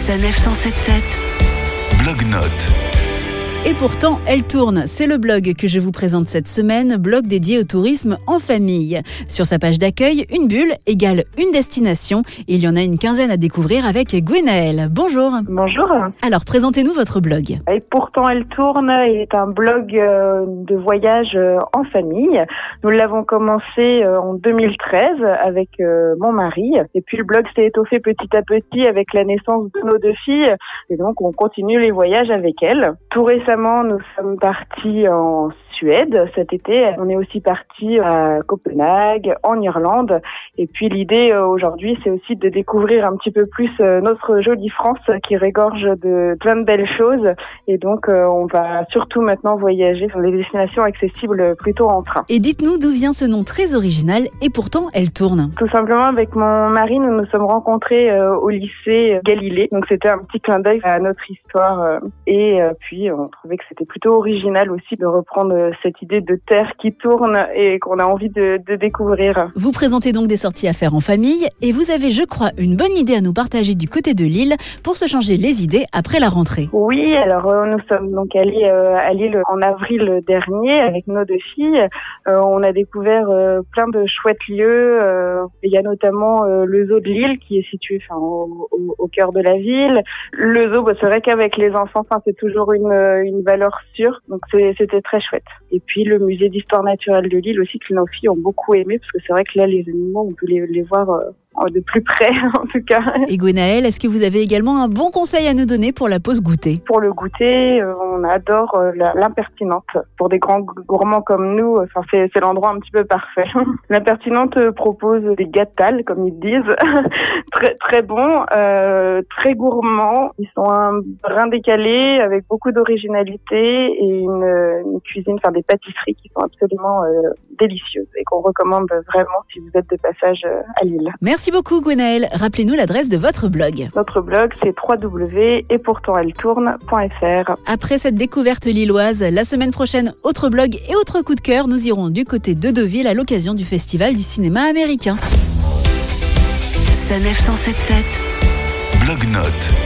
Sanef 177 Blognotes. Et pourtant, elle tourne. C'est le blog que je vous présente cette semaine, blog dédié au tourisme en famille. Sur sa page d'accueil, une bulle égale une destination. Il y en a une quinzaine à découvrir avec Gwenaëlle. Bonjour. Bonjour. Alors, présentez-nous votre blog. Et pourtant, elle tourne est un blog de voyage en famille. Nous l'avons commencé en 2013 avec mon mari. Et puis, le blog s'est étoffé petit à petit avec la naissance de nos deux filles. Et donc, on continue les voyages avec elles. Tout récemment, nous sommes partis en Suède cet été. On est aussi partis à Copenhague, en Irlande. Et puis l'idée aujourd'hui, c'est aussi de découvrir un petit peu plus notre jolie France qui regorge de plein de belles choses. Et donc on va surtout maintenant voyager sur des destinations accessibles plutôt en train. Et dites-nous d'où vient ce nom très original et pourtant elle tourne. Tout simplement avec mon mari, nous nous sommes rencontrés au lycée Galilée. Donc c'était un petit clin d'œil à notre histoire. Et puis on trouvait que c'était plutôt original aussi de reprendre cette idée de terre qui tourne et qu'on a envie de découvrir. Vous présentez donc des sorties à faire en famille et vous avez, je crois, une bonne idée à nous partager du côté de Lille pour se changer les idées après la rentrée. Oui, alors nous sommes donc allés à Lille en avril dernier avec nos deux filles. On a découvert plein de chouettes lieux. Il y a notamment le zoo de Lille qui est situé au cœur de la ville. Le zoo, c'est vrai qu'avec les enfants, c'est toujours une valeur sûre, donc c'était très chouette. Et puis le musée d'histoire naturelle de Lille aussi que nos filles ont beaucoup aimé parce que c'est vrai que là les animaux on peut les voir de plus près en tout cas. Et Gwenaëlle, est-ce que vous avez également un bon conseil à nous donner pour la pause goûter? Pour le goûter, on adore l'impertinente. Pour des grands gourmands comme nous, c'est l'endroit un petit peu parfait. L'impertinente propose des gâtales, comme ils disent, très très bons, très gourmands. Ils sont un brin décalé avec beaucoup d'originalité et une cuisine, des pâtisseries qui sont absolument délicieuses et qu'on recommande vraiment si vous êtes de passage à Lille. Merci beaucoup Gwenaëlle. Rappelez-nous l'adresse de votre blog. Notre blog, c'est www.etpourtanteltourne.fr. Après cette découverte lilloise, la semaine prochaine, autre blog et autre coup de cœur, nous irons du côté de Deauville à l'occasion du Festival du cinéma américain. Sanef 177 Blognotes.